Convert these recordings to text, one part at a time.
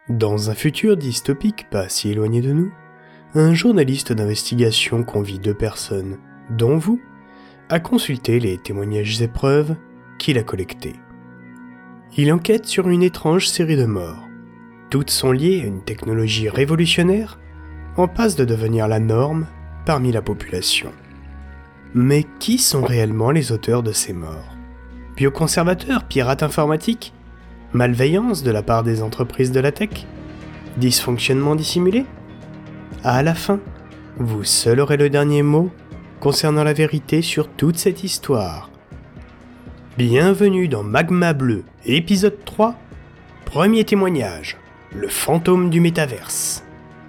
Dans un futur dystopique pas si éloigné de nous, un journaliste d'investigation convie 2 personnes, dont vous, à consulter les témoignages et preuves qu'il a collectés. Il enquête sur une étrange série de morts. Toutes sont liées à une technologie révolutionnaire en passe de devenir la norme parmi la population. Mais qui sont réellement les auteurs de ces morts ? Bioconservateurs, pirates informatiques ? Malveillance de la part des entreprises de la tech ? Dysfonctionnement dissimulé ? À la fin, vous seul aurez le dernier mot concernant la vérité sur toute cette histoire. Bienvenue dans Magma Bleu, épisode 3, premier témoignage, le fantôme du métaverse.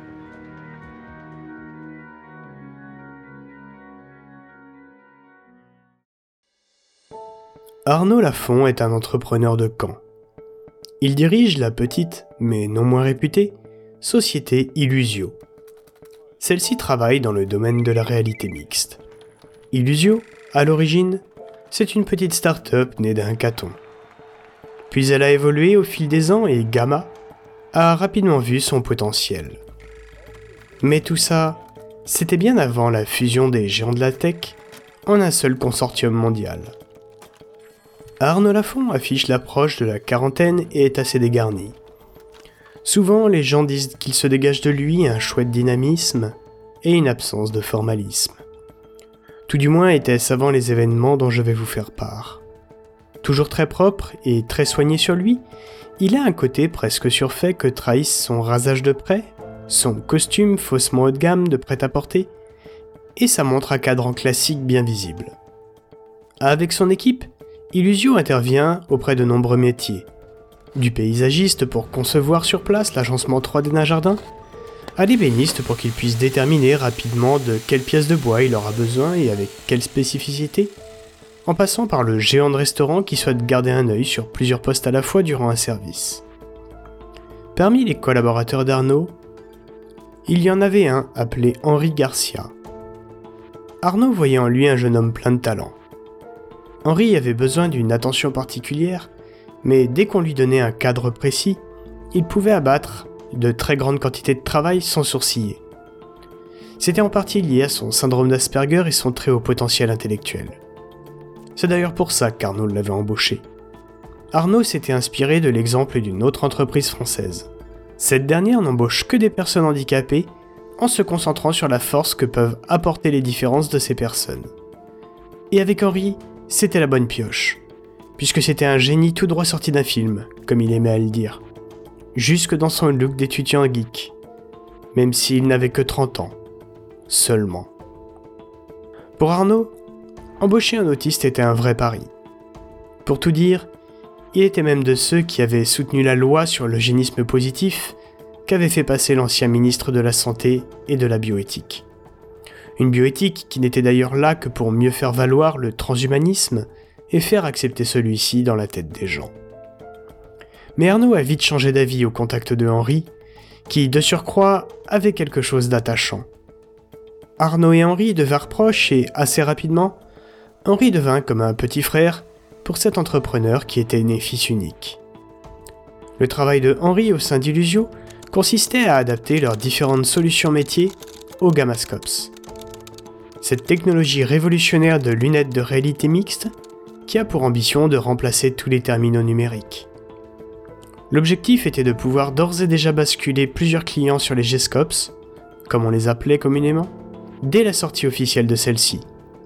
Arnaud Lafont est un entrepreneur de Caen. Il dirige la petite, mais non moins réputée, société Illusio. Celle-ci travaille dans le domaine de la réalité mixte. Illusio, à l'origine, c'est une petite start-up née d'un hackathon. Puis elle a évolué au fil des ans et Gamma a rapidement vu son potentiel. Mais tout ça, c'était bien avant la fusion des géants de la tech en un seul consortium mondial. Arnaud Lafont affiche l'approche de la quarantaine et est assez dégarni. Souvent, les gens disent qu'il se dégage de lui un chouette dynamisme et une absence de formalisme. Tout du moins était-ce avant les événements dont je vais vous faire part. Toujours très propre et très soigné sur lui, il a un côté presque surfait que trahissent son rasage de près, son costume faussement haut de gamme de prêt-à-porter et sa montre à cadran classique bien visible. Avec son équipe, Illusio intervient auprès de nombreux métiers, du paysagiste pour concevoir sur place l'agencement 3D d'un jardin, à l'ébéniste pour qu'il puisse déterminer rapidement de quelle pièce de bois il aura besoin et avec quelle spécificité, en passant par le géant de restaurant qui souhaite garder un œil sur plusieurs postes à la fois durant un service. Parmi les collaborateurs d'Arnaud, il y en avait un appelé Henri Garcia. Arnaud voyait en lui un jeune homme plein de talent. Henri avait besoin d'une attention particulière, mais dès qu'on lui donnait un cadre précis, il pouvait abattre de très grandes quantités de travail sans sourciller. C'était en partie lié à son syndrome d'Asperger et son très haut potentiel intellectuel. C'est d'ailleurs pour ça qu'Arnaud l'avait embauché. Arnaud s'était inspiré de l'exemple d'une autre entreprise française. Cette dernière n'embauche que des personnes handicapées en se concentrant sur la force que peuvent apporter les différences de ces personnes. Et avec Henri, c'était la bonne pioche, puisque c'était un génie tout droit sorti d'un film, comme il aimait à le dire, jusque dans son look d'étudiant geek, même s'il n'avait que 30 ans, seulement. Pour Arnaud, embaucher un autiste était un vrai pari. Pour tout dire, il était même de ceux qui avaient soutenu la loi sur l'eugénisme positif qu'avait fait passer l'ancien ministre de la Santé et de la bioéthique. Une bioéthique qui n'était d'ailleurs là que pour mieux faire valoir le transhumanisme et faire accepter celui-ci dans la tête des gens. Mais Arnaud a vite changé d'avis au contact de Henri, qui, de surcroît, avait quelque chose d'attachant. Arnaud et Henri devinrent proches et, assez rapidement, Henri devint comme un petit frère pour cet entrepreneur qui était né fils unique. Le travail de Henri au sein d'Illusio consistait à adapter leurs différentes solutions métiers au Gammascopes. Cette technologie révolutionnaire de lunettes de réalité mixte qui a pour ambition de remplacer tous les terminaux numériques. L'objectif était de pouvoir d'ores et déjà basculer plusieurs clients sur les G-Scopes, comme on les appelait communément, dès la sortie officielle de celle-ci.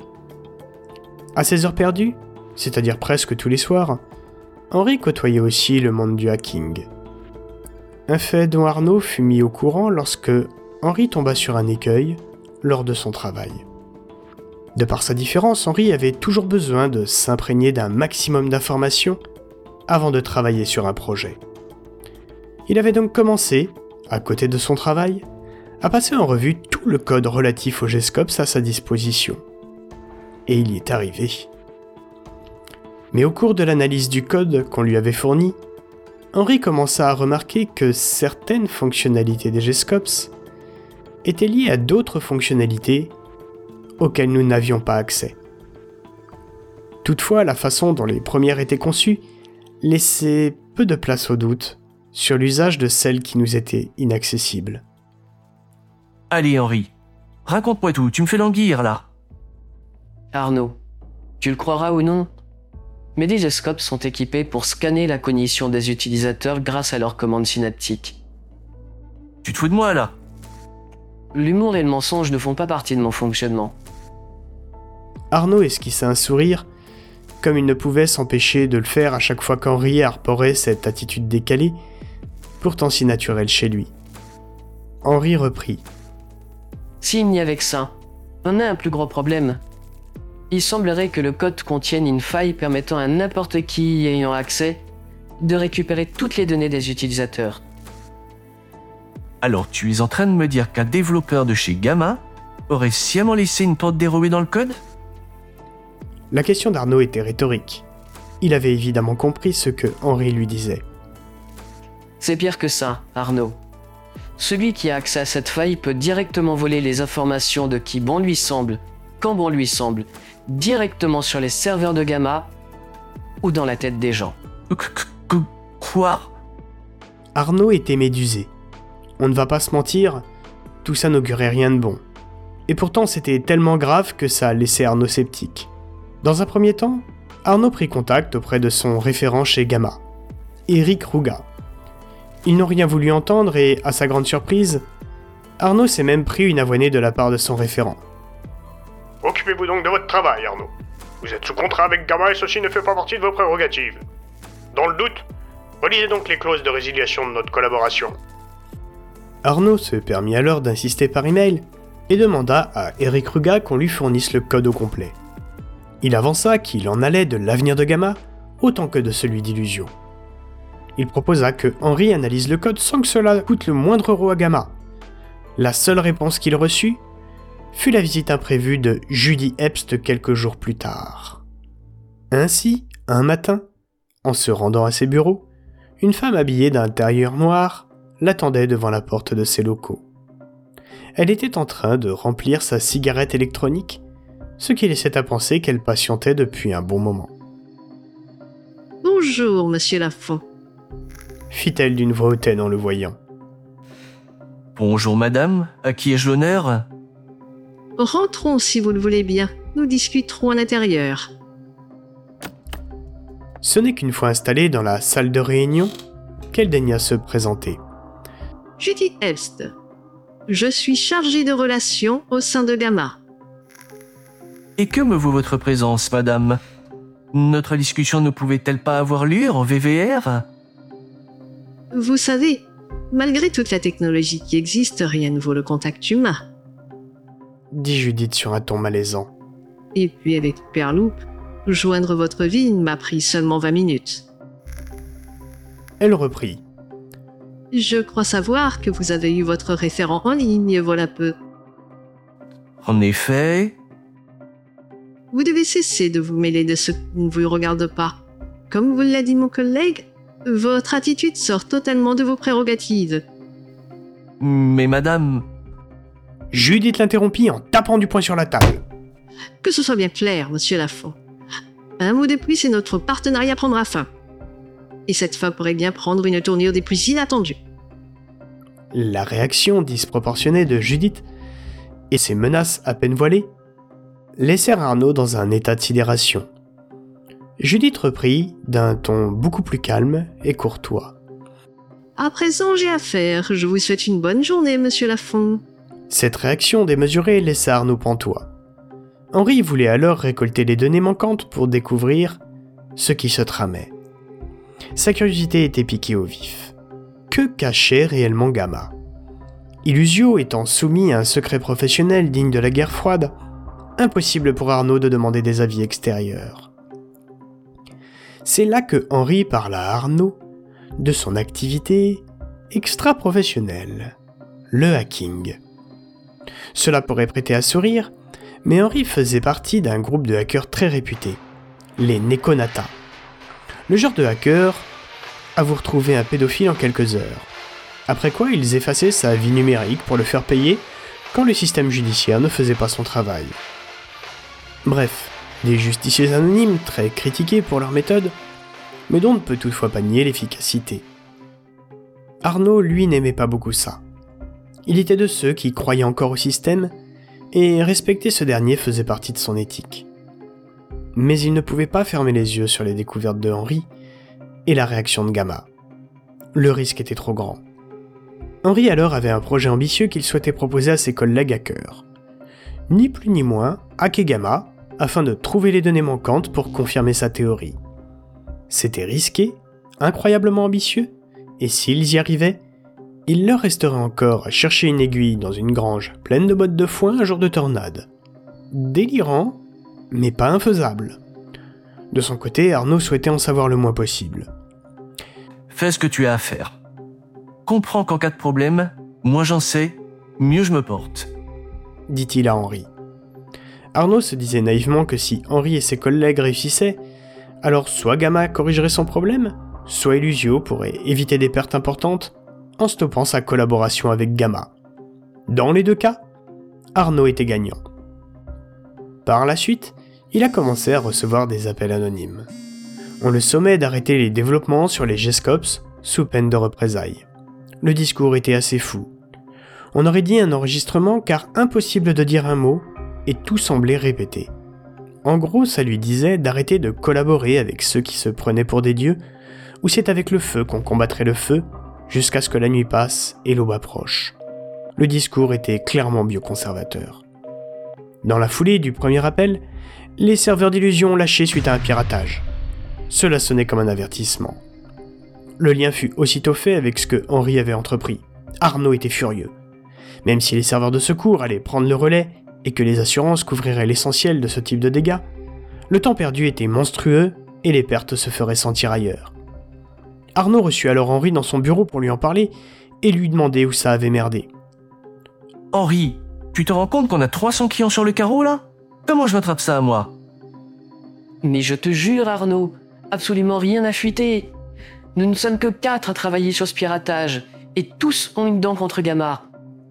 À ses heures perdues, c'est-à-dire presque tous les soirs, Henri côtoyait aussi le monde du hacking. Un fait dont Arnaud fut mis au courant lorsque Henri tomba sur un écueil lors de son travail. De par sa différence, Henri avait toujours besoin de s'imprégner d'un maximum d'informations avant de travailler sur un projet. Il avait donc commencé, à côté de son travail, à passer en revue tout le code relatif aux G-Scopes à sa disposition. Et il y est arrivé. Mais au cours de l'analyse du code qu'on lui avait fourni, Henri commença à remarquer que certaines fonctionnalités des G-Scopes étaient liées à d'autres fonctionnalités auxquelles nous n'avions pas accès. Toutefois, la façon dont les premières étaient conçues laissait peu de place au doute sur l'usage de celles qui nous étaient inaccessibles. Allez, Henri, raconte-moi tout, tu me fais languir, là. Arnaud, tu le croiras ou non, mes désoscopes sont équipés pour scanner la cognition des utilisateurs grâce à leurs commandes synaptiques. Tu te fous de moi, là? L'humour et le mensonge ne font pas partie de mon fonctionnement. Arnaud esquissa un sourire, comme il ne pouvait s'empêcher de le faire à chaque fois qu'Henri arborait cette attitude décalée, pourtant si naturelle chez lui. Henri reprit. S'il n'y avait que ça, on a un plus gros problème. Il semblerait que le code contienne une faille permettant à n'importe qui y ayant accès de récupérer toutes les données des utilisateurs. Alors tu es en train de me dire qu'un développeur de chez Gamma aurait sciemment laissé une porte dérobée dans le code? La question d'Arnaud était rhétorique. Il avait évidemment compris ce que Henri lui disait. C'est pire que ça, Arnaud. Celui qui a accès à cette faille peut directement voler les informations de qui bon lui semble, quand bon lui semble, directement sur les serveurs de Gamma ou dans la tête des gens. Quoi? Arnaud était médusé. On ne va pas se mentir, tout ça n'augurait rien de bon. Et pourtant c'était tellement grave que ça laissait Arnaud sceptique. Dans un premier temps, Arnaud prit contact auprès de son référent chez Gamma, Eric Rouga. Ils n'ont rien voulu entendre et, à sa grande surprise, Arnaud s'est même pris une avoinée de la part de son référent. Occupez-vous donc de votre travail, Arnaud. Vous êtes sous contrat avec Gamma et ceci ne fait pas partie de vos prérogatives. Dans le doute, relisez donc les clauses de résiliation de notre collaboration. Arnaud se permit alors d'insister par email et demanda à Eric Rouga qu'on lui fournisse le code au complet. Il avança qu'il en allait de l'avenir de Gamma autant que de celui d'Illusio. Il proposa que Henri analyse le code sans que cela coûte le moindre euro à Gamma. La seule réponse qu'il reçut fut la visite imprévue de Judy Epst quelques jours plus tard. Ainsi, un matin, en se rendant à ses bureaux, une femme habillée d'un tailleur noir l'attendait devant la porte de ses locaux. Elle était en train de remplir sa cigarette électronique, ce qui laissait à penser qu'elle patientait depuis un bon moment. « Bonjour, monsieur Lafont. » fit-elle d'une voix hautaine en le voyant. « Bonjour madame, à qui ai-je l'honneur ?» Rentrons si vous le voulez bien, nous discuterons à l'intérieur. Ce n'est qu'une fois installée dans la salle de réunion qu'elle daigna se présenter. Judy Epst. Je suis chargée de relations au sein de Gamma. Et que me vaut votre présence, madame? Notre discussion ne pouvait-elle pas avoir lieu en VVR? Vous savez, malgré toute la technologie qui existe, rien ne vaut le contact humain. Dit Judith sur un ton malaisant. Et puis avec Perloup, joindre votre vie m'a pris seulement 20 minutes. Elle reprit. Je crois savoir que vous avez eu votre référent en ligne, voilà peu. En effet. Vous devez cesser de vous mêler de ce qui ne vous regarde pas. Comme vous l'a dit mon collègue, votre attitude sort totalement de vos prérogatives. Mais madame... Judith l'interrompit en tapant du poing sur la table. Que ce soit bien clair, monsieur Lafont. Un mot de plus et notre partenariat prendra fin. Et cette fin pourrait bien prendre une tournure des plus inattendues. La réaction disproportionnée de Judith et ses menaces à peine voilées laissèrent Arnaud dans un état de sidération. Judith reprit d'un ton beaucoup plus calme et courtois. À présent, j'ai affaire. Je vous souhaite une bonne journée, monsieur Lafont. Cette réaction démesurée laissa Arnaud pantois. Henri voulait alors récolter les données manquantes pour découvrir ce qui se tramait. Sa curiosité était piquée au vif. Que cachait réellement Gamma? Illusio étant soumis à un secret professionnel digne de la guerre froide, impossible pour Arnaud de demander des avis extérieurs. C'est là que Henri parla à Arnaud de son activité extra-professionnelle, le hacking. Cela pourrait prêter à sourire, mais Henri faisait partie d'un groupe de hackers très réputés, les Nekonata. Le genre de hacker à vous retrouver un pédophile en quelques heures. Après quoi, ils effaçaient sa vie numérique pour le faire payer quand le système judiciaire ne faisait pas son travail. Bref, des justiciers anonymes très critiqués pour leur méthode, mais dont on ne peut toutefois pas nier l'efficacité. Arnaud, lui, n'aimait pas beaucoup ça. Il était de ceux qui croyaient encore au système, et respecter ce dernier faisait partie de son éthique. Mais il ne pouvait pas fermer les yeux sur les découvertes de Henry et la réaction de Gamma. Le risque était trop grand. Henry alors avait un projet ambitieux qu'il souhaitait proposer à ses collègues hackers. Ni plus ni moins, hacker Gamma, afin de trouver les données manquantes pour confirmer sa théorie. C'était risqué, incroyablement ambitieux, et s'ils y arrivaient, il leur resterait encore à chercher une aiguille dans une grange pleine de bottes de foin un jour de tornade. Délirant, mais pas infaisable. De son côté, Arnaud souhaitait en savoir le moins possible. Fais ce que tu as à faire. Comprends qu'en cas de problème, moins j'en sais, mieux je me porte. Dit-il à Henry. Arnaud se disait naïvement que si Henry et ses collègues réussissaient, alors soit Gamma corrigerait son problème, soit Illusio pourrait éviter des pertes importantes en stoppant sa collaboration avec Gamma. Dans les deux cas, Arnaud était gagnant. Par la suite, il a commencé à recevoir des appels anonymes. On le sommait d'arrêter les développements sur les G-Scops sous peine de représailles. Le discours était assez fou. On aurait dit un enregistrement car impossible de dire un mot et tout semblait répété. En gros, ça lui disait d'arrêter de collaborer avec ceux qui se prenaient pour des dieux, ou c'est avec le feu qu'on combattrait le feu, jusqu'à ce que la nuit passe et l'aube approche. Le discours était clairement bioconservateur. Dans la foulée du premier appel, les serveurs d'Illusion ont lâché suite à un piratage. Cela sonnait comme un avertissement. Le lien fut aussitôt fait avec ce que Henry avait entrepris. Arnaud était furieux. Même si les serveurs de secours allaient prendre le relais et que les assurances couvriraient l'essentiel de ce type de dégâts, le temps perdu était monstrueux et les pertes se feraient sentir ailleurs. Arnaud reçut alors Henry dans son bureau pour lui en parler et lui demander où ça avait merdé. « Henry, tu te rends compte qu'on a 300 clients sur le carreau là ? Comment je m'attrape ça à moi ?» Mais je te jure, Arnaud, absolument rien n'a fuité. Nous ne sommes que 4 à travailler sur ce piratage, et tous ont une dent contre Gamma.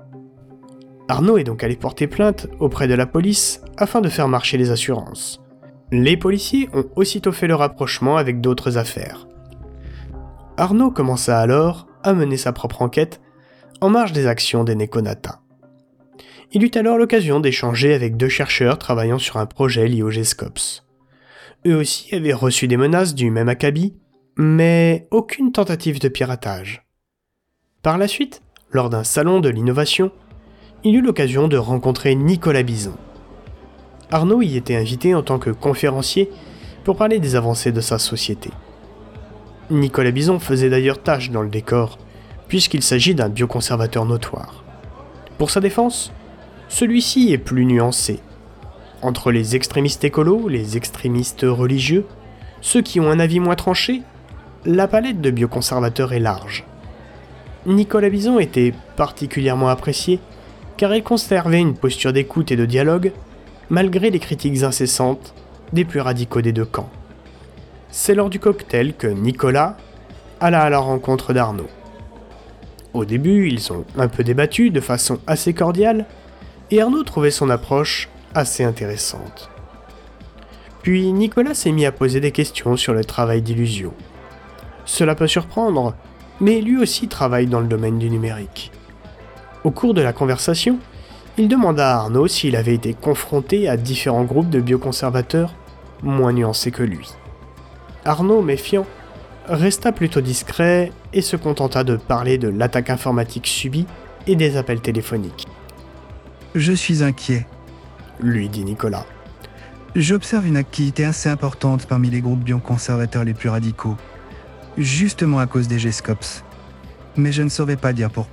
Arnaud est donc allé porter plainte auprès de la police afin de faire marcher les assurances. Les policiers ont aussitôt fait le rapprochement avec d'autres affaires. Arnaud commença alors à mener sa propre enquête en marge des actions des Nekonata. Il eut alors l'occasion d'échanger avec 2 chercheurs travaillant sur un projet lié aux G-Scops. Eux aussi avaient reçu des menaces du même acabit, mais aucune tentative de piratage. Par la suite, lors d'un salon de l'innovation, il eut l'occasion de rencontrer Nicolas Bison. Arnaud y était invité en tant que conférencier pour parler des avancées de sa société. Nicolas Bison faisait d'ailleurs tache dans le décor, puisqu'il s'agit d'un bioconservateur notoire. Pour sa défense, celui-ci est plus nuancé. Entre les extrémistes écolos, les extrémistes religieux, ceux qui ont un avis moins tranché, la palette de bioconservateurs est large. Nicolas Bison était particulièrement apprécié car il conservait une posture d'écoute et de dialogue malgré les critiques incessantes des plus radicaux des deux camps. C'est lors du cocktail que Nicolas alla à la rencontre d'Arnaud. Au début, ils ont un peu débattu de façon assez cordiale et Arnaud trouvait son approche assez intéressante. Puis Nicolas s'est mis à poser des questions sur le travail d'Illusio. Cela peut surprendre, mais lui aussi travaille dans le domaine du numérique. Au cours de la conversation, il demanda à Arnaud s'il avait été confronté à différents groupes de bioconservateurs moins nuancés que lui. Arnaud, méfiant, resta plutôt discret et se contenta de parler de l'attaque informatique subie et des appels téléphoniques. « Je suis inquiet », lui dit Nicolas. « J'observe une activité assez importante parmi les groupes bioconservateurs les plus radicaux, justement à cause des G-Scops. Mais je ne saurais pas dire pourquoi. »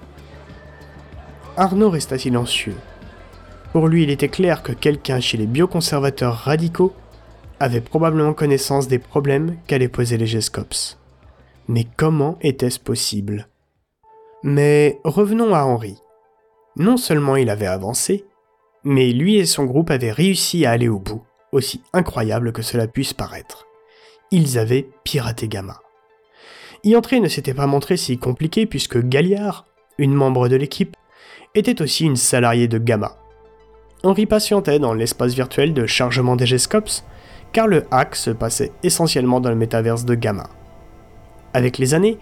Arnaud resta silencieux. Pour lui, il était clair que quelqu'un chez les bioconservateurs radicaux avait probablement connaissance des problèmes qu'allaient poser les G-Scops. Mais comment était-ce possible ? Mais revenons à Henry. Non seulement il avait avancé, mais lui et son groupe avaient réussi à aller au bout, aussi incroyable que cela puisse paraître. Ils avaient piraté Gamma. Y entrer ne s'était pas montré si compliqué puisque Galliard, une membre de l'équipe, était aussi une salariée de Gamma. Henry patientait dans l'espace virtuel de chargement des G-Scops, car le hack se passait essentiellement dans le métaverse de Gamma. Avec les années,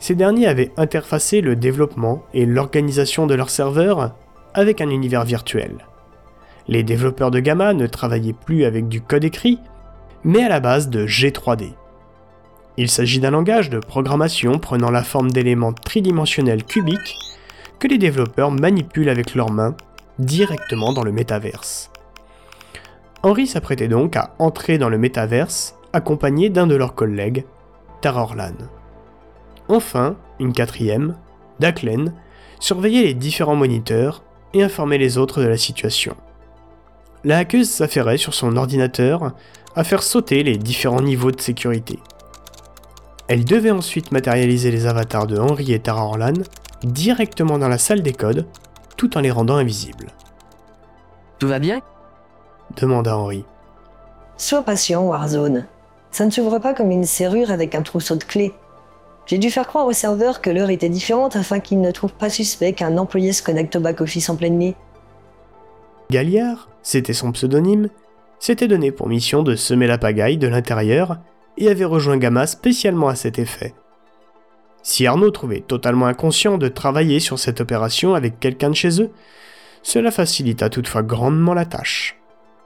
ces derniers avaient interfacé le développement et l'organisation de leurs serveurs avec un univers virtuel. Les développeurs de Gamma ne travaillaient plus avec du code écrit, mais à la base de G3D. Il s'agit d'un langage de programmation prenant la forme d'éléments tridimensionnels cubiques que les développeurs manipulent avec leurs mains directement dans le métaverse. Henry s'apprêtait donc à entrer dans le métaverse accompagné d'un de leurs collègues, Tara Orlan. Enfin, une quatrième, Daklen, surveillait les différents moniteurs et informait les autres de la situation. La hackeuse s'affairait sur son ordinateur à faire sauter les différents niveaux de sécurité. Elle devait ensuite matérialiser les avatars de Henry et Tara Orlan directement dans la salle des codes, tout en les rendant invisibles. Tout va bien? Demanda Henry. Sois patient, Warzone. Ça ne s'ouvre pas comme une serrure avec un trousseau de clés. J'ai dû faire croire au serveur que l'heure était différente afin qu'il ne trouve pas suspect qu'un employé se connecte au back-office en pleine nuit. Galliard, c'était son pseudonyme, s'était donné pour mission de semer la pagaille de l'intérieur et avait rejoint Gamma spécialement à cet effet. Si Arnaud trouvait totalement inconscient de travailler sur cette opération avec quelqu'un de chez eux, cela facilita toutefois grandement la tâche.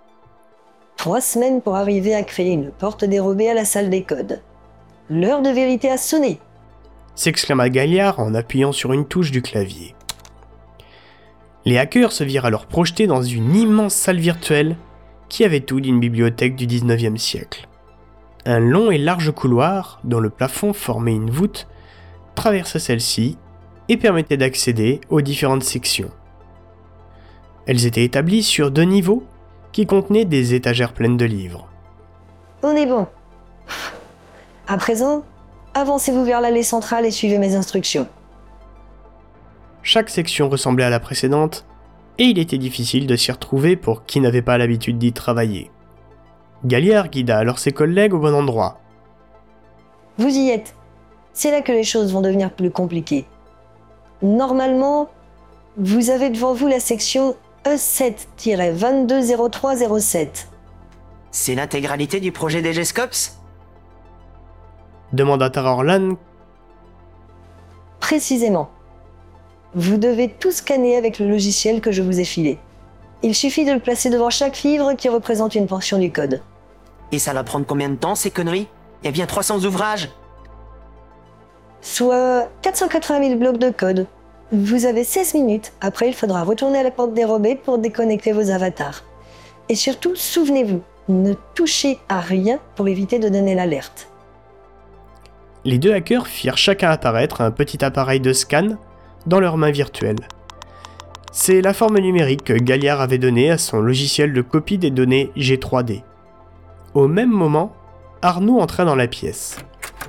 3 semaines pour arriver à créer une porte dérobée à la salle des codes. L'heure de vérité a sonné. S'exclama Galliard en appuyant sur une touche du clavier. Les hackers se virent alors projetés dans une immense salle virtuelle qui avait tout d'une bibliothèque du 19e siècle. Un long et large couloir, dont le plafond formait une voûte, traversait celle-ci et permettait d'accéder aux différentes sections. Elles étaient établies sur 2 niveaux qui contenaient des étagères pleines de livres. On est bon. À présent, avancez-vous vers l'allée centrale et suivez mes instructions. Chaque section ressemblait à la précédente, et il était difficile de s'y retrouver pour qui n'avait pas l'habitude d'y travailler. Galliard guida alors ses collègues au bon endroit. Vous y êtes. C'est là que les choses vont devenir plus compliquées. Normalement, vous avez devant vous la section E7-220307. C'est l'intégralité du projet des G-Scops ? Demanda Tara Orlan. Précisément. Vous devez tout scanner avec le logiciel que je vous ai filé. Il suffit de le placer devant chaque livre qui représente une portion du code. Et ça va prendre combien de temps, ces conneries ? Il y a bien 300 ouvrages. Soit 480 000 blocs de code. Vous avez 16 minutes. Après, il faudra retourner à la porte dérobée pour déconnecter vos avatars. Et surtout, souvenez-vous, ne touchez à rien pour éviter de donner l'alerte. Les 2 hackers firent chacun apparaître un petit appareil de scan dans leurs mains virtuelles. C'est la forme numérique que Galliard avait donnée à son logiciel de copie des données G3D. Au même moment, Arnaud entra dans la pièce.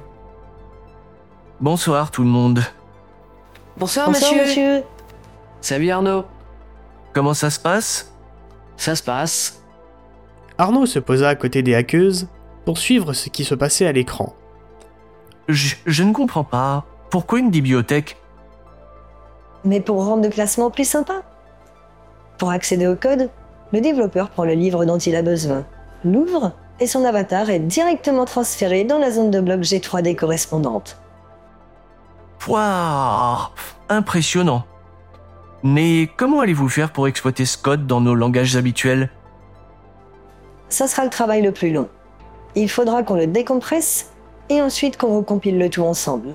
Bonsoir tout le monde. Bonsoir, Bonsoir, monsieur. Salut Arnaud. Comment ça se passe? Ça se passe. Arnaud se posa à côté des hackeuses pour suivre ce qui se passait à l'écran. Je ne comprends pas. Pourquoi une bibliothèque? Mais pour rendre le classement plus sympa. Pour accéder au code, le développeur prend le livre dont il a besoin, l'ouvre et son avatar est directement transféré dans la zone de bloc G3D correspondante. Waouh, impressionnant. Mais comment allez-vous faire pour exploiter ce code dans nos langages habituels? Ça sera le travail le plus long. Il faudra qu'on le décompresse et ensuite qu'on recompile le tout ensemble.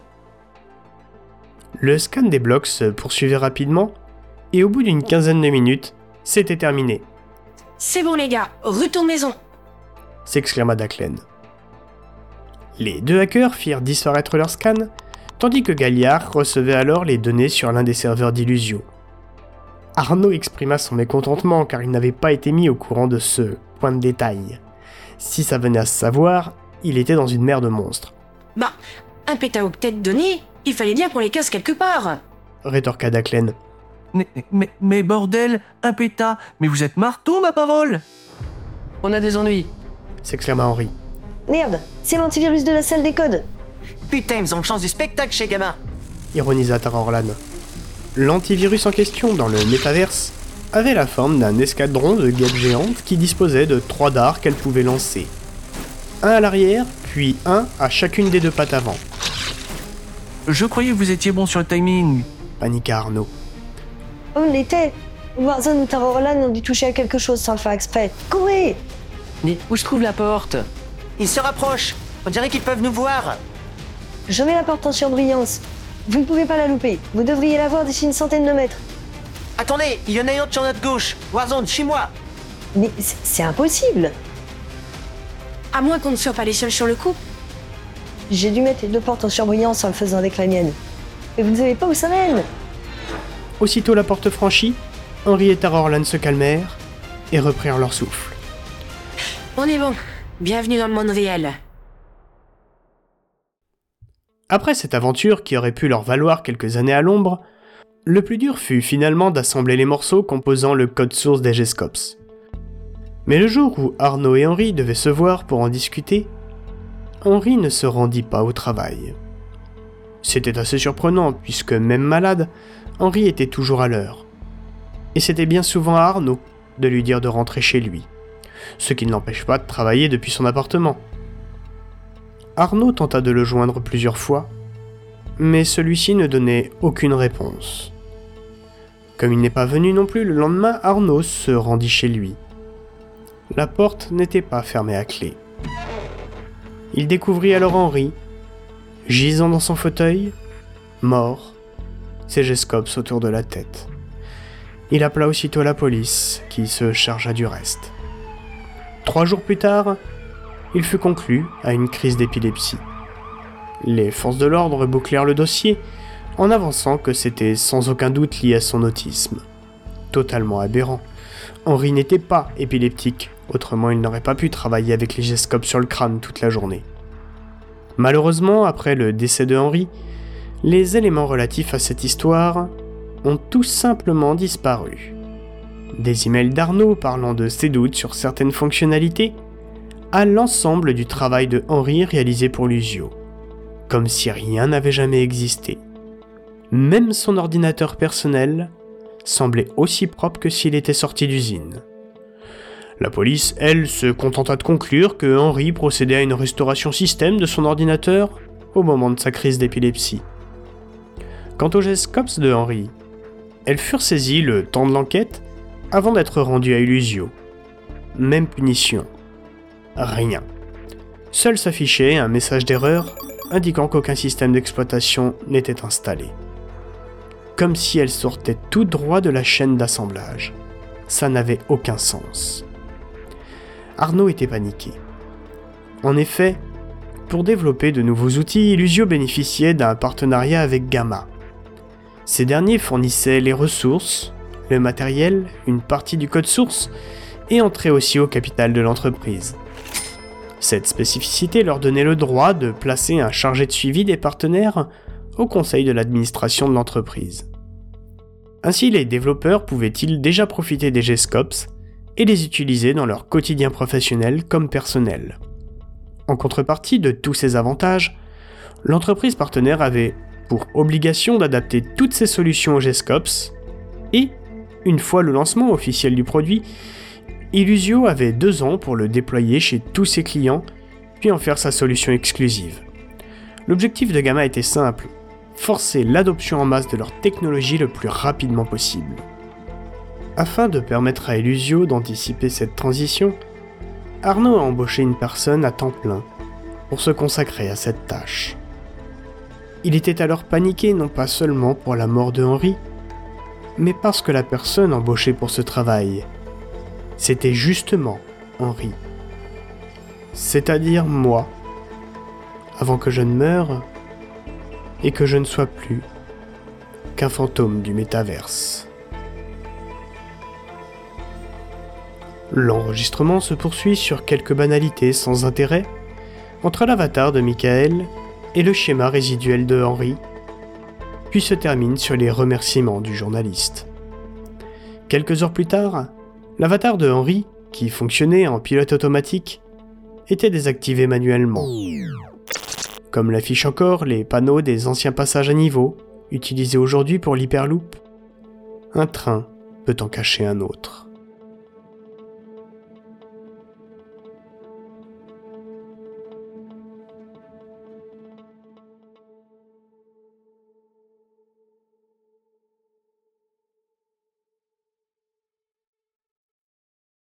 Le scan des blocs se poursuivait rapidement, et au bout d'une quinzaine de minutes, c'était terminé, C'est bon les gars, retournez-en. s'exclama Daklen. Les 2 hackers firent disparaître leur scan, tandis que Galliard recevait alors les données sur l'un des serveurs d'Illusio. Arnaud exprima son mécontentement car il n'avait pas été mis au courant de ce point de détail. Si ça venait à se savoir, il était dans une mer de monstres. Bah, un pétaoctet donné, il fallait bien qu'on les casse quelque part. Rétorqua Daklen. Mais bordel, un péta, mais vous êtes marteau ma parole! On a des ennuis. S'exclama Henry. Merde, c'est l'antivirus de la salle des codes. Putain, ils ont le chance du spectacle chez Gamma. Ironisa Tara Orlan. L'antivirus en question dans le métaverse avait la forme d'un escadron de guêpes géantes qui disposait de 3 dards qu'elle pouvait lancer. Un à l'arrière, puis un à chacune des 2 pattes avant. Je croyais que vous étiez bon sur le timing. Paniqua Arnaud. On l'était. Warzone ou Terrorland ont dû toucher à quelque chose sans le faire exprès. Courez! Mais où se trouve la porte? Ils se rapprochent. On dirait qu'ils peuvent nous voir. Je mets la porte en surbrillance. Vous ne pouvez pas la louper. Vous devriez la voir d'ici une centaine de mètres. Attendez, il y en a une autre sur notre gauche. Warzone, chez moi. Mais c'est impossible. À moins qu'on ne soit pas les seuls sur le coup. J'ai dû mettre les deux portes en surbrillance en le faisant avec la mienne. Et vous ne savez pas où ça mène. Aussitôt la porte franchie, Henry et Terrorland se calmèrent et reprirent leur souffle. On est bon. Bienvenue dans le monde réel. Après cette aventure qui aurait pu leur valoir quelques années à l'ombre, le plus dur fut finalement d'assembler les morceaux composant le code source des G-Scops. Mais le jour où Arnaud et Henry devaient se voir pour en discuter, Henry ne se rendit pas au travail. C'était assez surprenant puisque, même malade, Henry était toujours à l'heure. Et c'était bien souvent à Arnaud de lui dire de rentrer chez lui, ce qui ne l'empêche pas de travailler depuis son appartement. Arnaud tenta de le joindre plusieurs fois, mais celui-ci ne donnait aucune réponse. Comme il n'est pas venu non plus le lendemain, Arnaud se rendit chez lui. La porte n'était pas fermée à clé. Il découvrit alors Henry, gisant dans son fauteuil, mort, ses G-Scops autour de la tête. Il appela aussitôt la police, qui se chargea du reste. 3 jours plus tard, il fut conclu à une crise d'épilepsie. Les forces de l'ordre bouclèrent le dossier en avançant que c'était sans aucun doute lié à son autisme. Totalement aberrant. Henry n'était pas épileptique, autrement il n'aurait pas pu travailler avec les G-Scops sur le crâne toute la journée. Malheureusement, après le décès de Henry, les éléments relatifs à cette histoire ont tout simplement disparu. Des emails d'Arnaud parlant de ses doutes sur certaines fonctionnalités, à l'ensemble du travail de Henry réalisé pour Lusio, comme si rien n'avait jamais existé. Même son ordinateur personnel semblait aussi propre que s'il était sorti d'usine. La police, elle, se contenta de conclure que Henry procédait à une restauration système de son ordinateur au moment de sa crise d'épilepsie. Quant aux G-Scops de Henry, elles furent saisies le temps de l'enquête avant d'être rendues à Illusio. Même punition. Rien. Seul s'affichait un message d'erreur indiquant qu'aucun système d'exploitation n'était installé. Comme si elles sortaient tout droit de la chaîne d'assemblage. Ça n'avait aucun sens. Arnaud était paniqué. En effet, pour développer de nouveaux outils, Illusio bénéficiait d'un partenariat avec Gamma. Ces derniers fournissaient les ressources, le matériel, une partie du code source, et entraient aussi au capital de l'entreprise. Cette spécificité leur donnait le droit de placer un chargé de suivi des partenaires au conseil de l'administration de l'entreprise. Ainsi, les développeurs pouvaient-ils déjà profiter des G-Scops et les utiliser dans leur quotidien professionnel comme personnel. En contrepartie de tous ces avantages, l'entreprise partenaire avait pour obligation d'adapter toutes ses solutions aux G-Scops et, une fois le lancement officiel du produit, Illusio avait 2 ans pour le déployer chez tous ses clients, puis en faire sa solution exclusive. L'objectif de Gamma était simple, forcer l'adoption en masse de leur technologie le plus rapidement possible. Afin de permettre à Illusio d'anticiper cette transition, Arnaud a embauché une personne à temps plein pour se consacrer à cette tâche. Il était alors paniqué non pas seulement pour la mort de Henry, mais parce que la personne embauchée pour ce travail, c'était justement Henry. C'est-à-dire moi, avant que je ne meure et que je ne sois plus qu'un fantôme du métaverse. L'enregistrement se poursuit sur quelques banalités sans intérêt entre l'avatar de Michael et le schéma résiduel de Henry, puis se termine sur les remerciements du journaliste. Quelques heures plus tard, l'avatar de Henry, qui fonctionnait en pilote automatique, était désactivé manuellement. Comme l'affichent encore les panneaux des anciens passages à niveau, utilisés aujourd'hui pour l'hyperloop, un train peut en cacher un autre.